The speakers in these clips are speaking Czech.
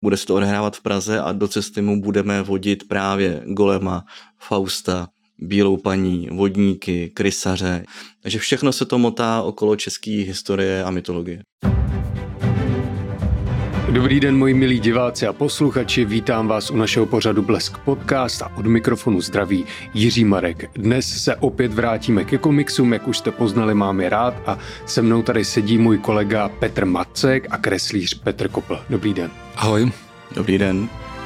Bude se to odehrávat v Praze a do cesty mu budeme vodit právě Golema, Fausta, Bílou paní, vodníky, krysaře. Takže všechno se to motá okolo české historie a mytologie. Dobrý den, moji milí diváci a posluchači, vítám vás u našeho pořadu Blesk Podcast a od mikrofonu zdraví Jiří Marek. Dnes se opět vrátíme ke komiksům, jak už jste poznali, mám je rád a se mnou tady sedí můj kolega Petr Macek a kreslíř Petr Kopl. Dobrý den. Ahoj. Dobrý den.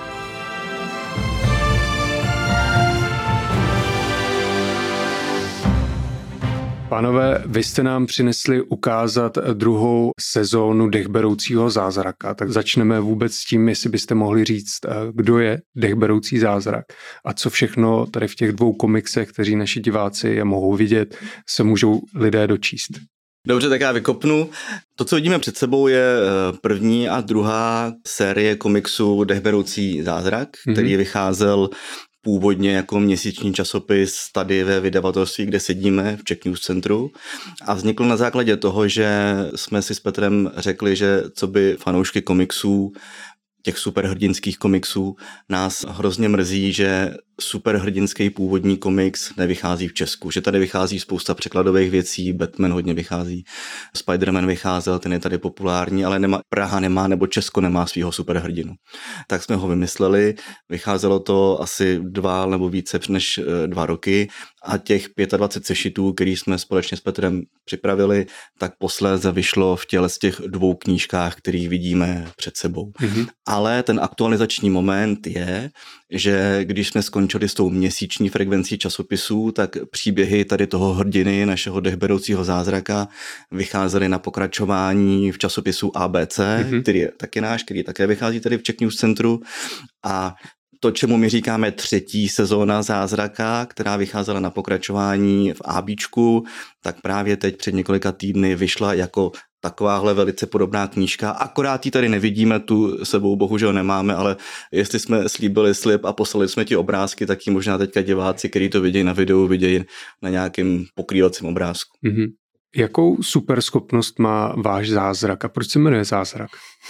Pánové, vy jste nám přinesli ukázat druhou sezónu Dechberoucího zázraka, tak začneme vůbec s tím, jestli byste mohli říct, kdo je Dechberoucí zázrak a co všechno tady v těch dvou komiksech, kteří naši diváci je mohou vidět, se můžou lidé dočíst. Dobře, tak já vykopnu. To, co vidíme před sebou, je první a druhá série komiksu Dechberoucí zázrak, který vycházel původně jako měsíční časopis tady ve vydavatelství, kde sedíme v Czech News Centru a vznikl na základě toho, že jsme si s Petrem řekli, že co by fanoušky komiksů, těch superhrdinských komiksů, nás hrozně mrzí, že superhrdinský původní komiks nevychází v Česku, že tady vychází spousta překladových věcí, Batman hodně vychází, Spider-Man vycházel, ten je tady populární, ale Praha nemá nebo Česko nemá svýho superhrdinu. Tak jsme ho vymysleli, vycházelo to asi 2 nebo více než 2 roky a těch 25 sešitů, který jsme společně s Petrem připravili, tak posléze vyšlo v těle z těch 2 knížkách, který vidíme před sebou. Ale ten aktualizační moment je, že když jsme skončili s tou měsíční frekvencí časopisů, tak příběhy tady toho hrdiny, našeho Dechberoucího zázraka, vycházely na pokračování v časopisu ABC, který je taky náš, který také vychází tady v Czech News Centru a to, čemu my říkáme 3. sezóna Zázraka, která vycházela na pokračování v ABčku, tak právě teď před několika týdny vyšla jako takováhle velice podobná knížka. Akorát ji tady nevidíme, tu sebou bohužel nemáme, ale jestli jsme slíbili slib a poslali jsme ti obrázky, tak ji možná teďka diváci, kteří to vidějí na videu, vidějí na nějakém pokrývacím obrázku. Jakou superschopnost má váš zázrak a proč se jmenuje zázrak?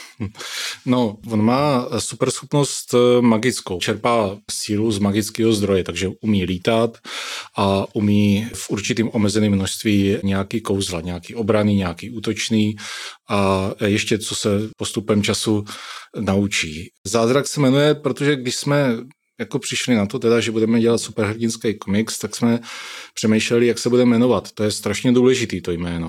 No, on má superschopnost magickou. Čerpá sílu z magického zdroje, takže umí lítat a umí v určitým omezeném množství nějaký kouzla, nějaký obranný, nějaký útočný a ještě co se postupem času naučí. Zázrak se jmenuje, protože když jsme jako přišli na to teda, že budeme dělat superhrdinský komiks, tak jsme přemýšleli, jak se bude jmenovat. To je strašně důležitý to jméno.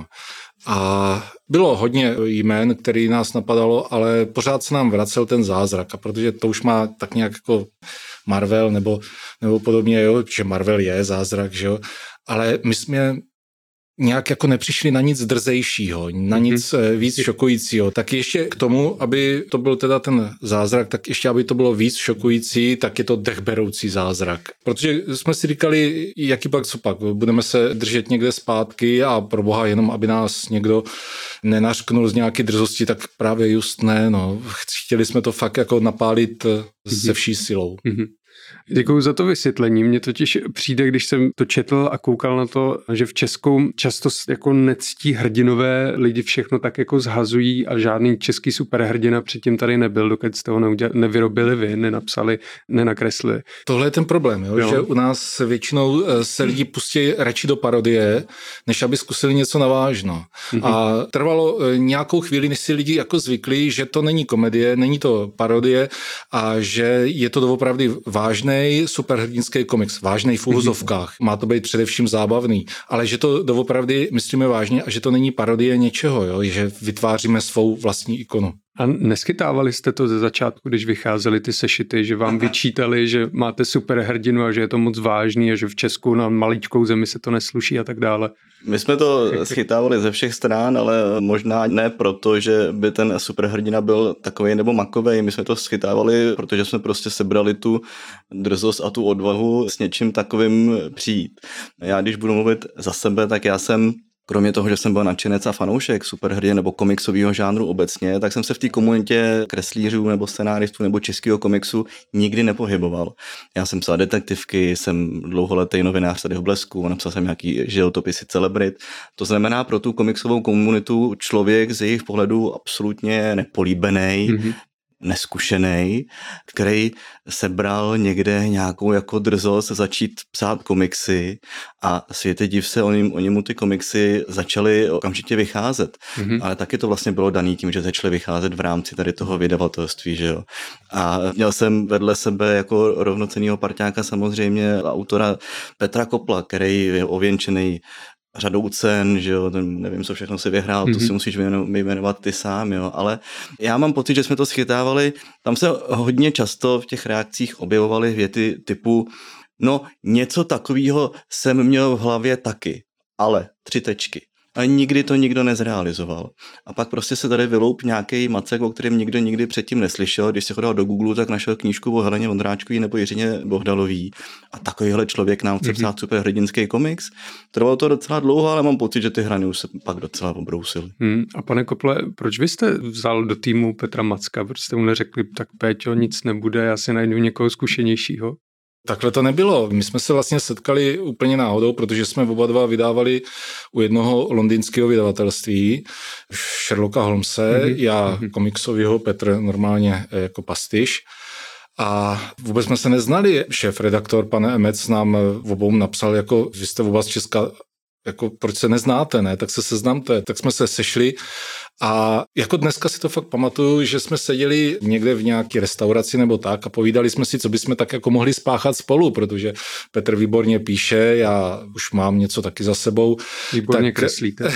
A bylo hodně jmén, který nás napadalo, ale pořád se nám vracel ten zázrak. A protože to už má tak nějak jako Marvel nebo podobně, jo, že Marvel je zázrak, že jo. Ale my jsme nějak jako nepřišli na nic drzejšího, na nic víc šokujícího. Tak ještě k tomu, aby to byl teda ten zázrak, tak ještě aby to bylo víc šokující, tak je to Dechberoucí zázrak. Protože jsme si říkali, jaký pak co pak, budeme se držet někde zpátky a pro boha jenom, aby nás někdo nenařknul z nějaké drzosti, tak právě just ne, no. Chtěli jsme to fakt jako napálit se vší silou. Děkuju za to vysvětlení. Mně totiž přijde, když jsem to četl a koukal na to, že v Česku často jako nectí hrdinové lidi všechno tak jako zhazují a žádný český superhrdina předtím tady nebyl, dokud jste ho nevyrobili vy, nenapsali, nenakreslili. Tohle je ten problém, jo? Že u nás většinou se lidi pustí radši do parodie, než aby zkusili něco navážno. A trvalo nějakou chvíli, než si lidi jako zvykli, že to není komedie, není to parodie a že je to doopravdy vážný superhrdinský komiks, vážný v uvozovkách. Má to být především zábavný, ale že to doopravdy myslíme vážně a že to není parodie něčeho, jo? Že vytváříme svou vlastní ikonu. A neskytávali jste to ze začátku, když vycházely ty sešity, že vám vyčítali, že máte superhrdinu a že je to moc vážný a že v Česku na maličkou zemi se to nesluší a tak dále? My jsme to schytávali ze všech stran, ale možná ne proto, že by ten superhrdina byl takovej nebo makovej. My jsme to schytávali, protože jsme prostě sebrali tu drzost a tu odvahu s něčím takovým přijít. Já když budu mluvit za sebe, tak já jsem kromě toho, že jsem byl nadšenec a fanoušek superhrdin nebo komiksového žánru obecně, tak jsem se v té komunitě kreslířů nebo scenáristů nebo českého komiksu nikdy nepohyboval. Já jsem psal detektivky, jsem dlouholetý novinář tady v Blesku, napsal jsem nějaký životopisy celebrit. To znamená pro tu komiksovou komunitu člověk z jejich pohledu absolutně nepolíbený, neskušený, který sebral někde nějakou jako drzost začít psát komiksy a světe div se, oni mu ty komiksy začaly okamžitě vycházet. Ale taky to vlastně bylo daný tím, že začaly vycházet v rámci tady toho vydavatelství, že jo. A měl jsem vedle sebe jako rovnocennýho parťáka samozřejmě autora Petra Kopla, který je ověnčený řadou cen, že jo, nevím, co všechno si vyhrál, to si musíš vyjmenovat ty sám, jo, ale já mám pocit, že jsme to schytávali, tam se hodně často v těch reakcích objevovaly věty typu, no něco takového jsem měl v hlavě taky, ale 3 tečky. A nikdy to nikdo nezrealizoval. A pak prostě se tady vyloup nějaký macek, o kterém nikdo nikdy předtím neslyšel. Když se chodil do Google, tak našel knížku o Heleně Vondráčkový nebo Jiřině Bohdalový. A takovýhle člověk nám chce psát superhrdinský komiks. Trvalo to docela dlouho, ale mám pocit, že ty hrany už se pak docela obrousily. A pane Kople, proč vy jste vzal do týmu Petra Macka? Proč jste mu neřekli, tak Péťo, nic nebude, já si najdu někoho zkušenějšího? Takhle to nebylo. My jsme se vlastně setkali úplně náhodou, protože jsme oba dva vydávali u jednoho londýnského vydavatelství Sherlocka Holmese, já komiksovýho, Petr normálně jako pastiš. A vůbec jsme se neznali. Šéf-redaktor, pane Emec, nám obou napsal, jako vy jste oba z Česka, jako proč se neznáte, ne? Tak se seznamte. Tak jsme se sešli a jako dneska si to fakt pamatuju, že jsme seděli někde v nějaké restauraci nebo tak a povídali jsme si, co bychom tak jako mohli spáchat spolu, protože Petr výborně píše, já už mám něco taky za sebou. Výborně kreslíte.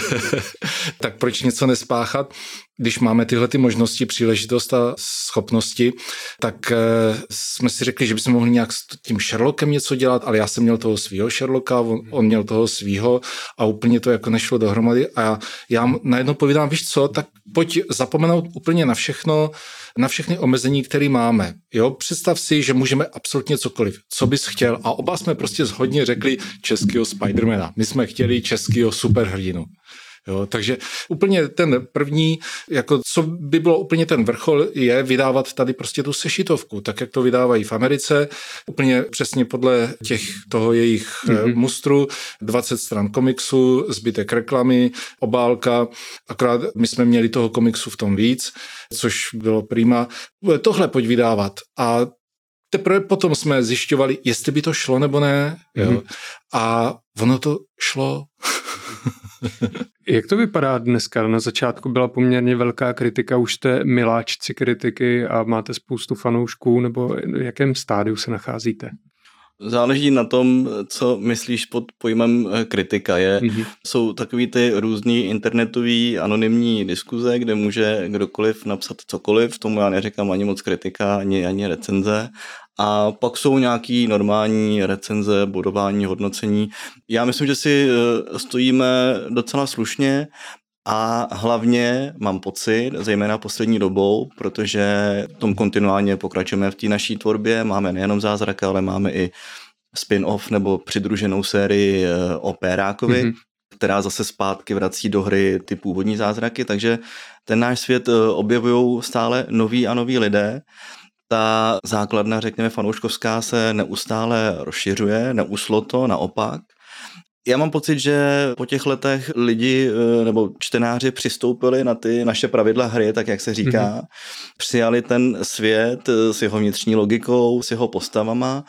Tak proč něco nespáchat? Když máme tyhle ty možnosti, příležitost a schopnosti, tak jsme si řekli, že bychom mohli nějak s tím Sherlockem něco dělat, ale já jsem měl toho svýho Sherlocka, on měl toho svýho a úplně to jako nešlo dohromady a já najednou povídám, víš co, tak pojď zapomenout úplně na všechno, na všechny omezení, které máme. Jo, představ si, že můžeme absolutně cokoliv, co bys chtěl a oba jsme prostě shodně řekli českýho Spidermana. My jsme chtěli českýho superhrdinu. Jo, takže úplně ten první, jako co by bylo úplně ten vrchol, je vydávat tady prostě tu sešitovku, tak jak to vydávají v Americe, úplně přesně podle toho jejich mustru, 20 stran komiksu, zbytek reklamy, obálka, akorát my jsme měli toho komiksu v tom víc, což bylo prima. Tohle pojď vydávat a teprve potom jsme zjišťovali, jestli by to šlo nebo ne. Jo. A ono to šlo. Jak to vypadá dneska? Na začátku byla poměrně velká kritika, už jste miláčci kritiky a máte spoustu fanoušků, nebo v jakém stádiu se nacházíte? Záleží na tom, co myslíš pod pojmem kritika. Jsou takový ty různý internetový anonymní diskuze, kde může kdokoliv napsat cokoliv, tomu já neříkám ani moc kritika, ani recenze. A pak jsou nějaký normální recenze, bodování, hodnocení. Já myslím, že si stojíme docela slušně a hlavně mám pocit, zejména poslední dobou, protože v tom kontinuálně pokračujeme v té naší tvorbě, máme nejenom Zázraka, ale máme i spin-off nebo přidruženou sérii o Pérákovi, která zase zpátky vrací do hry ty původní zázraky, takže ten náš svět objevují stále noví a noví lidé. Ta základna, řekněme, fanouškovská se neustále rozšiřuje, neuslo to, naopak. Já mám pocit, že po těch letech lidi nebo čtenáři přistoupili na ty naše pravidla hry, tak jak se říká, přijali ten svět s jeho vnitřní logikou, s jeho postavama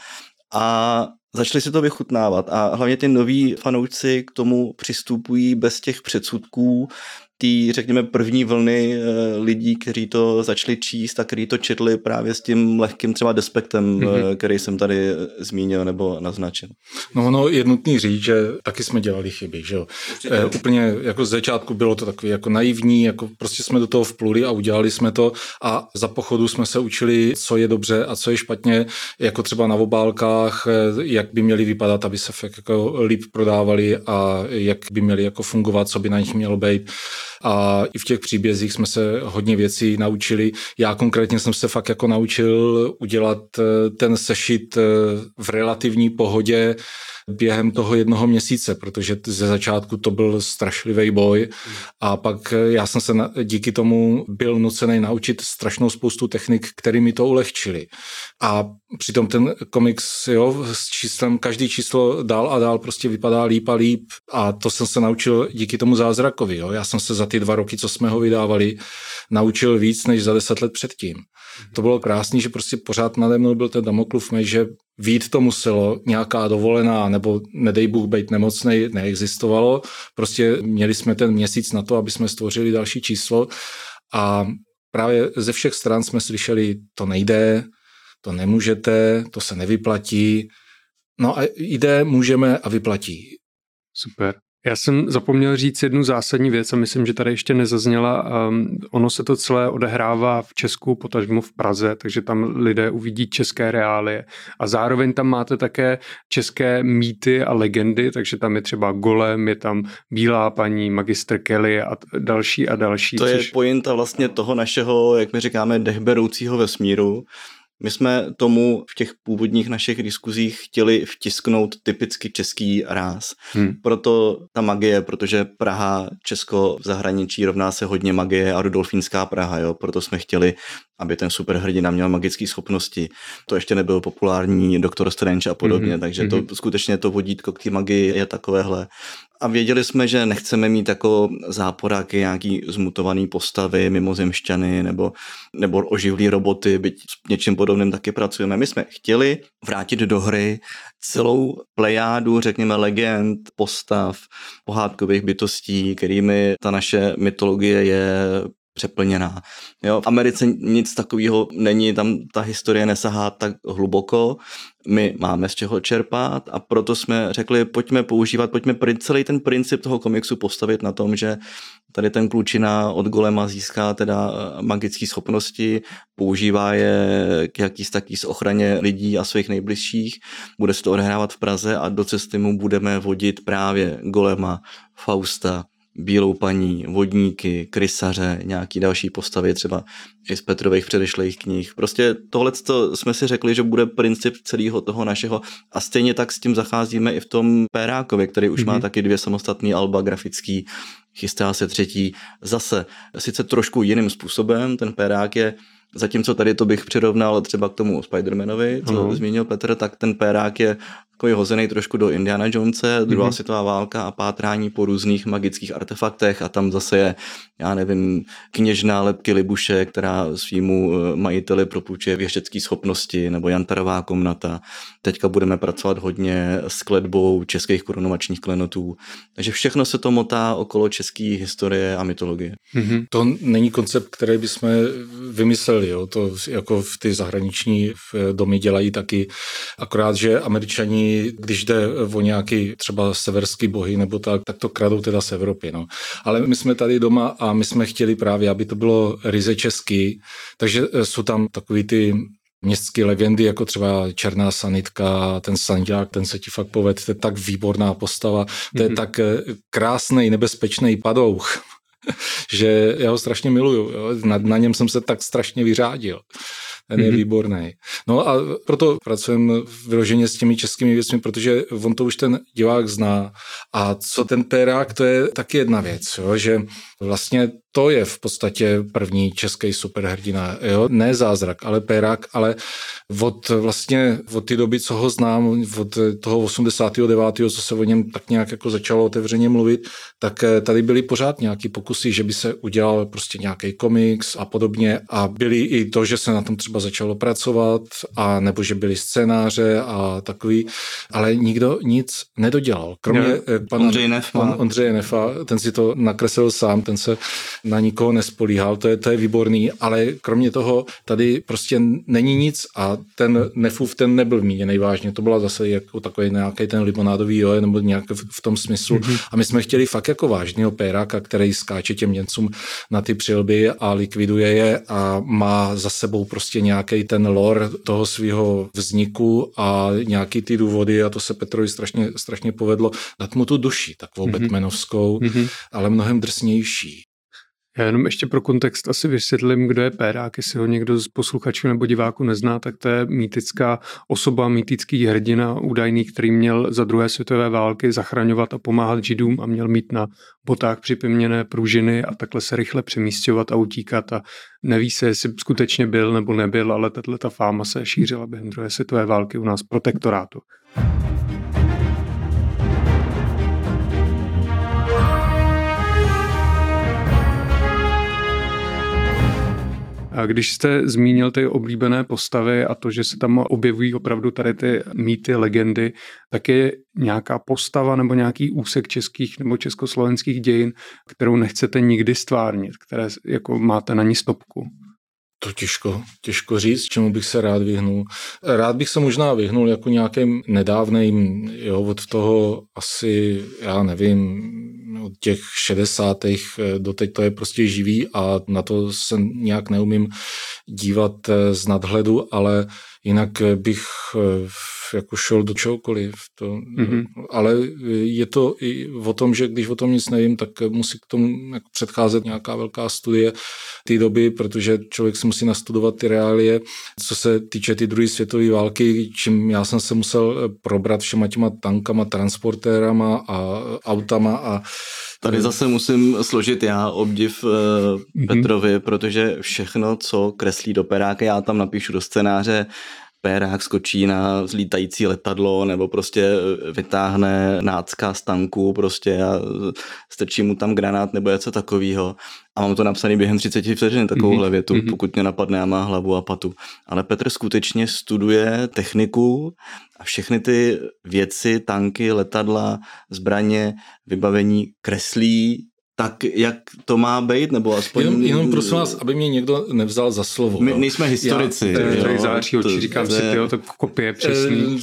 a začali si to vychutnávat. A hlavně ty noví fanoušci k tomu přistupují bez těch předsudků, řekněme, první vlny lidí, kteří to začali číst a kteří to četli právě s tím lehkým třeba despektem, který jsem tady zmínil nebo naznačil. No ono je nutný říct, že taky jsme dělali chyby, že jo. Úplně jako z začátku bylo to takový jako naivní, jako prostě jsme do toho vpluli a udělali jsme to a za pochodu jsme se učili, co je dobře a co je špatně, jako třeba na obálkách, jak by měly vypadat, aby se fakt jako líp prodávali a jak by měly jako fungovat, co by na nich mělo být. A i v těch příbězích jsme se hodně věcí naučili. Já konkrétně jsem se fakt jako naučil udělat ten sešit v relativní pohodě během toho 1 měsíce, protože ze začátku to byl strašlivý boj a pak já jsem se díky tomu byl nucený naučit strašnou spoustu technik, které mi to ulehčily. A přitom ten komiks, jo, s číslem, každý číslo dál a dál prostě vypadá líp a líp a to jsem se naučil díky tomu Zázrakovi. Jo. Já jsem se za ty 2 roky, co jsme ho vydávali, naučil víc než za 10 let předtím. To bylo krásný, že prostě pořád nade mnou byl ten Damoklův meč, že vyjít to muselo, nějaká dovolená nebo nedej Bůh být nemocnej neexistovalo. Prostě měli jsme ten měsíc na to, aby jsme stvořili další číslo a právě ze všech stran jsme slyšeli, to nejde, to nemůžete, to se nevyplatí. No a jde, můžeme a vyplatí. Super. Já jsem zapomněl říct jednu zásadní věc a myslím, že tady ještě nezazněla. Ono se to celé odehrává v Česku, potažmo v Praze, takže tam lidé uvidí české reálie. A zároveň tam máte také české mýty a legendy, takže tam je třeba Golem, je tam Bílá paní, Magistr Kelly a další a další. To je pointa vlastně toho našeho, jak my říkáme, dechberoucího vesmíru. My jsme tomu v těch původních našich diskuzích chtěli vtisknout typicky český ráz. Proto ta magie, protože Praha, Česko v zahraničí rovná se hodně magie a rudolfínská Praha, jo? Proto jsme chtěli, aby ten superhrdina měl magické schopnosti. To ještě nebyl populární Doktor Strange a podobně, takže to skutečně to vodítko k té magii je takovéhle. A věděli jsme, že nechceme mít jako záporáky nějaký zmutovaný postavy, mimozemšťany nebo oživlý roboty, byť s něčím podobným taky pracujeme. My jsme chtěli vrátit do hry celou plejádu, řekněme, legend, postav, pohádkových bytostí, kterými ta naše mytologie je přeplněná. Jo, v Americe nic takového není, tam ta historie nesahá tak hluboko, my máme z čeho čerpat a proto jsme řekli, pojďme celý ten princip toho komiksu postavit na tom, že tady ten klučina od Golema získá teda magické schopnosti, používá je k jakýs taký ochraně lidí a svých nejbližších, bude se to odehrávat v Praze a do cesty mu budeme vodit právě Golema, Fausta, Bílou paní, vodníky, krysaře, nějaký další postavy, třeba i z Petrových předešlých knih. Prostě tohleto jsme si řekli, že bude princip celého toho našeho a stejně tak s tím zacházíme i v tom Pérákovi, který už má taky 2 samostatný alba grafický, chystá se 3. zase sice trošku jiným způsobem, ten Pérák je, zatímco tady to bych přirovnal třeba k tomu Spider-Manovi, co zmínil Petr, tak ten Pérák je takový hozený trošku do Indiana Jonese, druhá světová válka a pátrání po různých magických artefaktech a tam zase je, já nevím, kněžna Lebky Libuše, která svýmu majiteli propůjčuje věštecké schopnosti, nebo Jantarová komnata. Teďka budeme pracovat hodně s kletbou českých korunovačních klenotů. Takže všechno se to motá okolo české historie a mytologie. To není koncept, který bychom vymysleli, jo? To jako v ty zahraniční domy dělají taky, akorát, že Američani, když jde o nějaký třeba severský bohy nebo tak to kradou teda z Evropy. No. Ale my jsme tady doma a my jsme chtěli právě, aby to bylo ryze český, takže jsou tam takový ty městské legendy, jako třeba Černá sanitka, ten saniták, ten se ti fakt poved, to je tak výborná postava, to je tak krásný, nebezpečný padouch, že já ho strašně miluju. Jo. Na něm jsem se tak strašně vyřádil. Ten je výborný. No a proto pracujeme vyloženě s těmi českými věcmi, protože on to už ten divák zná. A co ten Pérák, to je taky jedna věc, jo, že vlastně to je v podstatě první český superhrdina. Jo? Ne zázrak, ale Pérák, ale od té doby, co ho znám, od toho 89., co se o něm tak nějak jako začalo otevřeně mluvit, tak tady byly pořád nějaký pokusy, že by se udělal prostě nějaký komiks a podobně a byly i to, že se na tom třeba začalo pracovat a nebo že byly scénáře a takový, ale nikdo nic nedodělal. Kromě pana Ondřeje Nefa, ten si to nakreslil sám, ten se na nikoho nespolíhal, to je výborný, ale kromě toho tady prostě není nic a ten Nefův ten nebyl míněný vážně, to byla zase jako takový nějaký ten limonádový jo, nebo nějak v tom smyslu a my jsme chtěli fakt jako vážného Péráka, který skáče těm Němcům na ty přilby a likviduje je a má za sebou prostě nějaký ten lore toho svého vzniku a nějaký ty důvody a to se Petrovi strašně povedlo dát mu tu duši, takovou batmanovskou, ale mnohem drsnější. Já jenom ještě pro kontext asi vysvětlím, kdo je Pérák, jestli ho někdo z posluchačů nebo diváků nezná, tak to je mýtická osoba, mýtický hrdina údajný, který měl za 2. světové války zachraňovat a pomáhat Židům a měl mít na botách připevněné pružiny a takhle se rychle přemísťovat a utíkat a neví se, jestli skutečně byl nebo nebyl, ale tato fáma se šířila během 2. světové války u nás v protektorátu. A když jste zmínil ty oblíbené postavy a to, že se tam objevují opravdu tady ty mýty, legendy, tak je nějaká postava nebo nějaký úsek českých nebo československých dějin, kterou nechcete nikdy stvárnit, které jako máte na ní stopku? To těžko říct, čemu bych se rád vyhnul. Rád bych se možná vyhnul jako nějakým nedávným, od toho asi, já nevím, od těch 60. doteď to je prostě živý a na to se nějak neumím dívat z nadhledu, ale jinak bych jako šel do čehokoliv. Ale je to i o tom, že když o tom nic nevím, tak musí k tomu jako předcházet nějaká velká studie té doby, protože člověk si musí nastudovat ty reálie. Co se týče ty druhé světové války, čím já jsem se musel probrat všema těma tankama, transportérama a autama a tady zase musím složit já obdiv Petrovi, protože všechno, co kreslí do peráka, já tam napíšu do scénáře, pérák skočí na zlítající letadlo nebo prostě vytáhne nácka z tanku prostě a strčí mu tam granát nebo něco takového. A mám to napsaný během 30 vteřin takovouhle větu, pokud mě napadne a má hlavu a patu. Ale Petr skutečně studuje techniku a všechny ty věci, tanky, letadla, zbraně, vybavení kreslí tak, jak to má být, nebo aspoň... Jenom prosím vás, aby mě někdo nevzal za slovo. My nejsme historici. Já září oči, říkám si, to kopie přesný.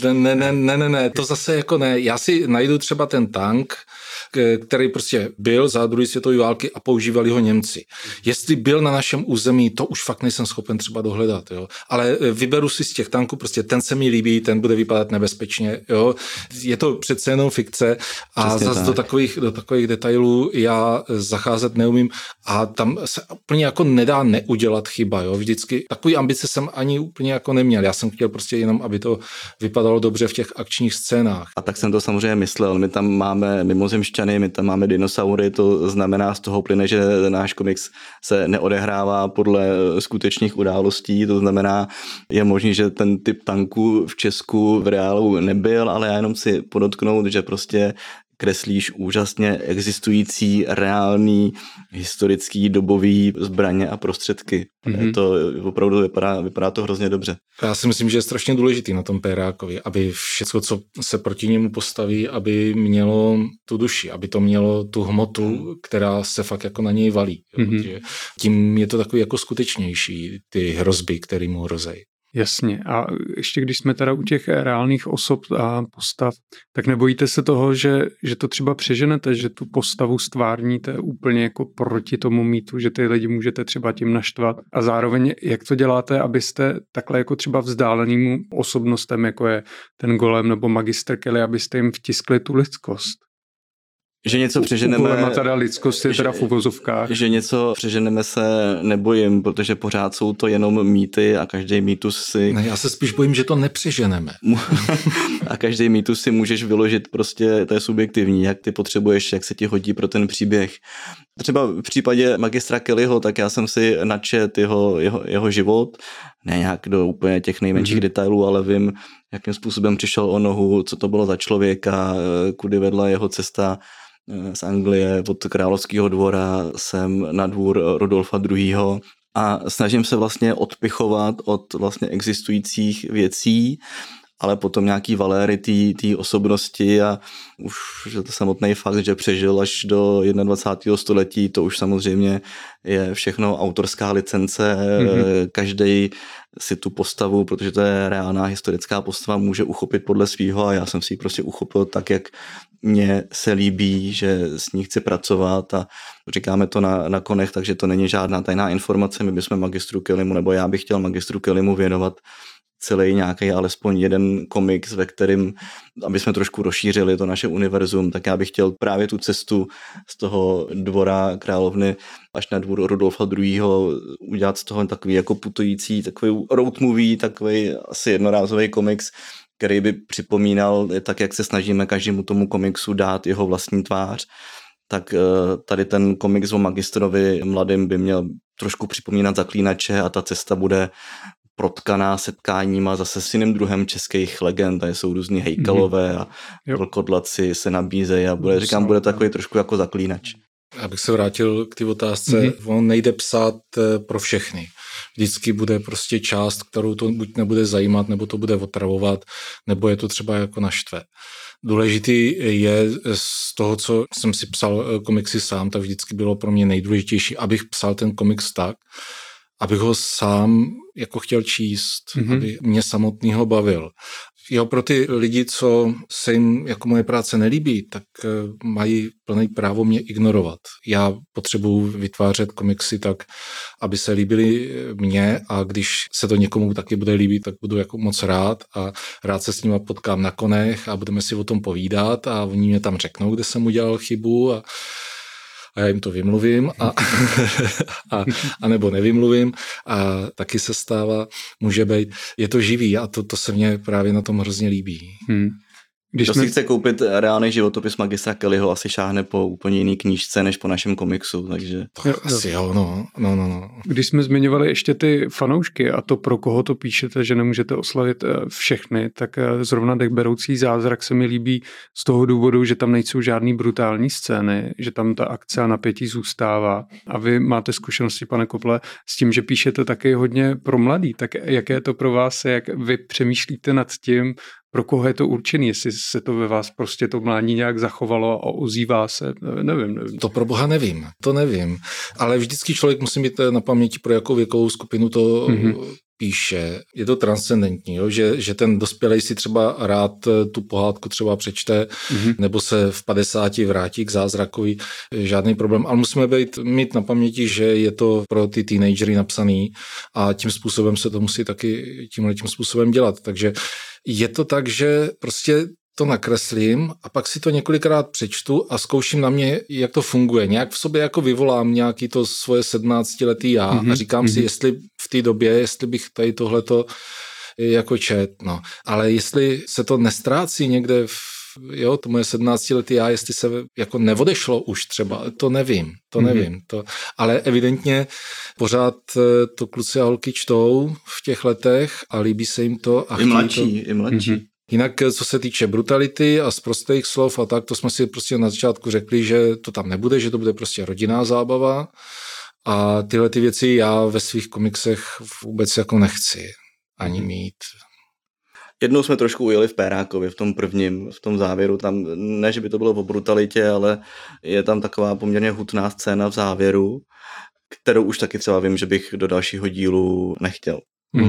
Ne, to zase jako ne. Já si najdu třeba ten tank, který prostě byl za druhé světové války a používali ho Němci. Jestli byl na našem území, to už fakt nejsem schopen třeba dohledat. Jo. Ale vyberu si z těch tanků, prostě ten se mi líbí, ten bude vypadat nebezpečně. Jo. Je to přece jenom fikce a zase do takových detailů já zacházet neumím a tam se úplně jako nedá neudělat chyba. Jo. Vždycky takový ambice jsem ani úplně jako neměl. Já jsem chtěl prostě jenom, aby to vypadalo dobře v těch akčních scénách. A tak jsem to samozřejmě myslel. My tam máme mimozemšťany, my tam máme dinosaury, to znamená z toho plyne, že náš komiks se neodehrává podle skutečných událostí, to znamená, je možný, že ten typ tanků v Česku v reálu nebyl, ale já jenom si podotknout, že prostě kreslíš úžasně existující, reální, historický, dobový zbraně a prostředky. To opravdu vypadá to hrozně dobře. Já si myslím, že je strašně důležitý na tom Pérákovi, aby všechno, co se proti němu postaví, aby mělo tu duši, aby to mělo tu hmotu, která se fakt jako na něj valí. Tím je to takový jako skutečnější, ty hrozby, které mu hrozejí. Jasně. A ještě když jsme teda u těch reálných osob a postav, tak nebojíte se toho, že to třeba přeženete, že tu postavu stvárníte úplně jako proti tomu mýtu, že ty lidi můžete třeba tím naštvat a zároveň jak to děláte, abyste takhle jako třeba vzdáleným osobnostem, jako je ten Golem nebo Magistr Kelly, abyste jim vtiskli tu lidskost? Že něco přeženeme... A teda lidskost je teda v uvozovkách. Že něco přeženeme se nebojím, protože pořád jsou to jenom mýty a každý mýtus si... Ne, já se spíš bojím, že to nepřeženeme. A každý mýtus si můžeš vyložit prostě, to je subjektivní, jak ty potřebuješ, jak se ti hodí pro ten příběh. Třeba v případě Magistra Kellyho, tak já jsem si načet jeho život, ne nějak do úplně těch nejmenších detailů, ale vím, jakým způsobem přišel o nohu, co to bylo za člověka, kudy vedla jeho cesta z Anglie od královského dvora sem na dvůr Rudolfa II. A snažím se vlastně odpichovat od vlastně existujících věcí, ale potom nějaký valéry té osobnosti a už to samotný fakt, že přežil až do 21. století, to už samozřejmě je všechno autorská licence, každej si tu postavu, protože to je reálná historická postava, může uchopit podle svýho a já jsem si ji prostě uchopil tak, jak mně se líbí, že s ní chci pracovat a říkáme to na konech, takže to není žádná tajná informace, my bychom Magistru Kellymu, nebo já bych chtěl Magistru Kellymu věnovat celý nějaký alespoň jeden komiks, ve kterým, aby jsme trošku rozšířili to naše univerzum, tak já bych chtěl právě tu cestu z toho dvora královny až na dvůr Rudolfa II. Udělat z toho takový jako putující, takový road movie, takový asi jednorázový komiks, který by připomínal, tak jak se snažíme každému tomu komiksu dát jeho vlastní tvář, tak tady ten komiks o Magistrovi mladým by měl trošku připomínat Zaklínače a ta cesta bude protkaná setkáníma zase s jiným druhem českých legend, tady jsou různý hejkalové a vlkodlaci se nabízejí a bude takový trošku jako Zaklínač. Abych se vrátil k té otázce, on nejde psát pro všechny. vždycky bude prostě část, kterou to buď nebude zajímat, nebo to bude otravovat, nebo je to třeba jako naštve. Důležitý je z toho, co jsem si psal komiksy sám, tak vždycky bylo pro mě nejdůležitější, abych psal ten komiks tak, abych ho sám jako chtěl číst, aby mě samotného bavil. Jo, pro ty lidi, co se jim jako moje práce nelíbí, tak mají plné právo mě ignorovat. Já potřebuji vytvářet komiksy tak, aby se líbily mně a když se to někomu taky bude líbit, tak budu jako moc rád a rád se s nima potkám na konech a budeme si o tom povídat a oni mě tam řeknou, kde jsem udělal chybu a já jim to vymluvím a nebo nevymluvím a taky se stává, může být. Je to živý a to se mně právě na tom hrozně líbí. Kdo si chce koupit reálný životopis magistra Kellyho, asi šáhne po úplně jiný knížce, než po našem komiksu, takže... Asi jo, no. Když jsme zmiňovali ještě ty fanoušky a to, pro koho to píšete, že nemůžete oslavit všechny, tak zrovna Dechberoucí zázrak se mi líbí z toho důvodu, že tam nejsou žádný brutální scény, že tam ta akce a napětí zůstává. A vy máte zkušenosti, pane Kople, s tím, že píšete taky hodně pro mladý. Tak jaké je to pro vás, jak vy přemýšlíte nad tím, pro koho je to určený, jestli se to ve vás prostě to mládí nějak zachovalo a ozývá se, nevím. To pro boha nevím, ale vždycky člověk musí mít na paměti, pro jakou věkovou skupinu to píše. Je to transcendentní, jo? Že ten dospělej si třeba rád tu pohádku třeba přečte, nebo se v 50 vrátí k zázrakovi, žádný problém, ale musíme mít na paměti, že je to pro ty teenagery napsaný a tím způsobem se to musí taky tímhletím způsobem dělat, takže je to tak, že prostě to nakreslím a pak si to několikrát přečtu a zkouším na mě, jak to funguje. Nějak v sobě jako vyvolám nějaký to svoje 17letý já a říkám si, jestli v té době, jestli bych tady tohleto jako čet, no. Ale jestli se to nestrácí někde to moje 17letý já, jestli se jako neodešlo už třeba, to nevím. Ale evidentně pořád to kluci a holky čtou v těch letech a líbí se jim to. A I mladší. Jinak, co se týče brutality a sprostých slov a tak, to jsme si prostě na začátku řekli, že to tam nebude, že to bude prostě rodinná zábava a tyhle ty věci já ve svých komiksech vůbec jako nechci ani mít. Jednou jsme trošku ujeli v Pérákovi, v tom prvním, v tom závěru, tam ne, že by to bylo o brutalitě, ale je tam taková poměrně hutná scéna v závěru, kterou už taky třeba vím, že bych do dalšího dílu nechtěl.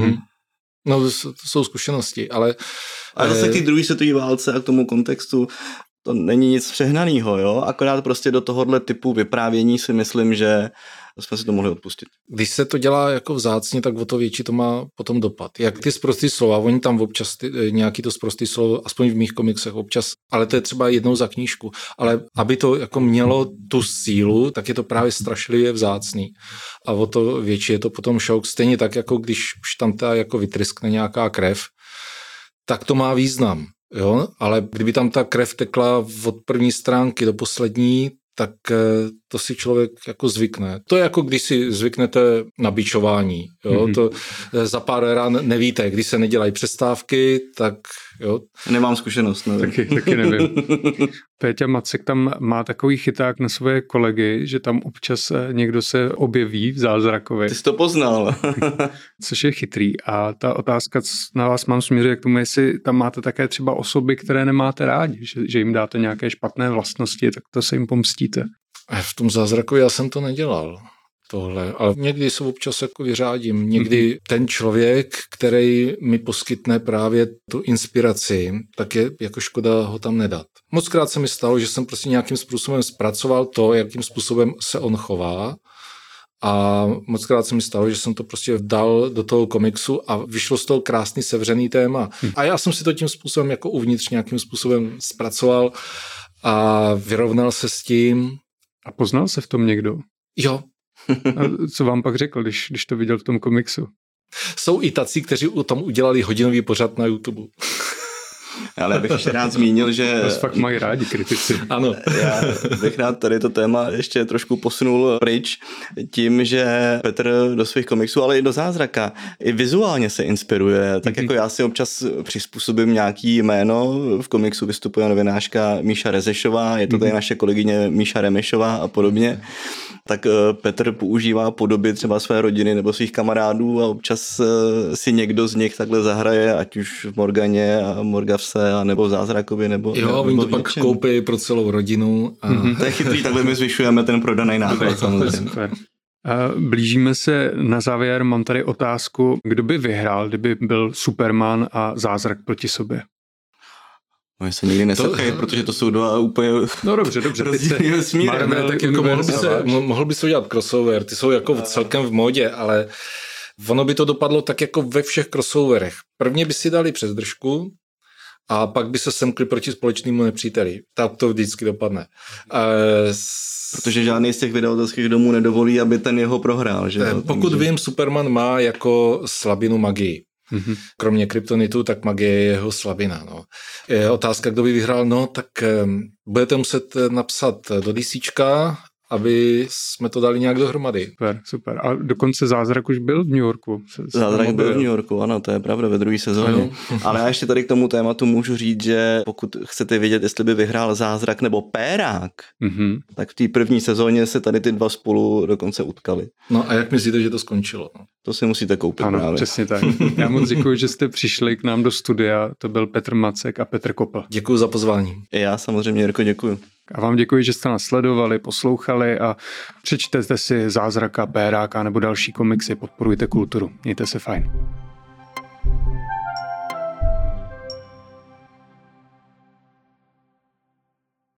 No, to jsou zkušenosti, ale... A zase k té druhé světové válce a k tomu kontextu to není nic přehnaného, jo? Akorát prostě do tohohle typu vyprávění si myslím, že jsme si to mohli odpustit. Když se to dělá jako vzácně, tak o to větší to má potom dopad. Jak ty sprostý slova, oni tam občas nějaký to sprostý slovo, aspoň v mých komiksech občas, ale to je třeba jednou za knížku, ale aby to jako mělo tu sílu, tak je to právě strašlivě vzácný. A o to větší je to potom šok. Stejně tak, jako když už tam ta jako vytryskne nějaká krev, tak to má význam. Jo? Ale kdyby tam ta krev tekla od první stránky do poslední, tak to si člověk jako zvykne. To je jako když si zvyknete na bičování. Jo? To za pár ran nevíte, když se nedělají přestávky, tak jo. Nemám zkušenost. Taky nevím. Péťa Macek tam má takový chyták na své kolegy, že tam občas někdo se objeví v Zázrakovi. Ty jsi to poznal. Což je chytrý. A ta otázka na vás mám směřuje k tomu, jestli tam máte také třeba osoby, které nemáte rádi, že jim dáte nějaké špatné vlastnosti, tak to se jim pomstíte. V tom Zázrakovi já jsem to nedělal. Tohle, ale někdy se občas jako vyřádím. Někdy ten člověk, který mi poskytne právě tu inspiraci, tak je jako škoda ho tam nedat. Mockrát se mi stalo, že jsem prostě nějakým způsobem zpracoval to, jakým způsobem se on chová a mockrát se mi stalo, že jsem to prostě dal do toho komiksu a vyšlo z toho krásný sevřený téma. A já jsem si to tím způsobem jako uvnitř nějakým způsobem zpracoval a vyrovnal se s tím. A poznal se v tom někdo? Jo. A co vám pak řekl, když to viděl v tom komiksu? Jsou i tací, kteří o tom udělali hodinový pořad na YouTube. Ale bych ještě rád zmínil, že... To fakt mají rádi kritici. Ano. Já bych rád tady to téma ještě trošku posunul pryč tím, že Petr do svých komiksů, ale i do Zázraka, i vizuálně se inspiruje. Tak jako já si občas přizpůsobím nějaký jméno. V komiksu vystupuje novinářka Míša Rezešová, je to tady naše kolegyně Míša Remešová a podobně. Tak Petr používá podoby třeba své rodiny nebo svých kamarádů a občas si někdo z nich takhle zahraje, ať už v Morganě a Morgavse, a nebo v Zázrakovi, nebo... Jo, oni to pak koupí pro celou rodinu. A... To je chytrý, takhle my zvyšujeme ten prodaný náklad samozřejmě. Blížíme se na závěr, mám tady otázku, kdo by vyhrál, kdyby byl Superman a Zázrak proti sobě? Oni se nikdy nesetkají, protože to jsou dva úplně... No dobře, rozdílný vesmíry. Tak jako mohl by se udělat crossover, ty jsou jako celkem v módě, ale ono by to dopadlo tak jako ve všech crossoverech. Prvně by si dali přes držku a pak by se semkli proti společnému nepříteli. Tak to vždycky dopadne. Protože žádný z těch vydavatelských domů nedovolí, aby ten jeho prohrál. Že? Pokud vím, Superman má jako slabinu magii. Kromě kryptonitu, tak magie je jeho slabina. No. Je otázka, kdo by vyhrál, no tak budete muset napsat do DCčka, aby jsme to dali nějak dohromady. Super. A dokonce Zázrak už byl v New Yorku. Zázrak byl v New Yorku, ano, to je pravda, ve druhé sezóně. Ale já ještě tady k tomu tématu můžu říct, že pokud chcete vědět, jestli by vyhrál Zázrak nebo Pérák, tak v té první sezóně se tady ty dva spolu dokonce utkali. No a jak myslíte, že to skončilo? No? To si musíte koupit. Ano, právě. Přesně tak. Já moc děkuji, že jste přišli k nám do studia. To byl Petr Macek a Petr Kopl. Děkuji za pozvání. Já samozřejmě, Jirko, děkuji. A vám děkuji, že jste nás sledovali, poslouchali a přečtěte si Zázraka, Péráka nebo další komiksy, podporujte kulturu. Mějte se fajn.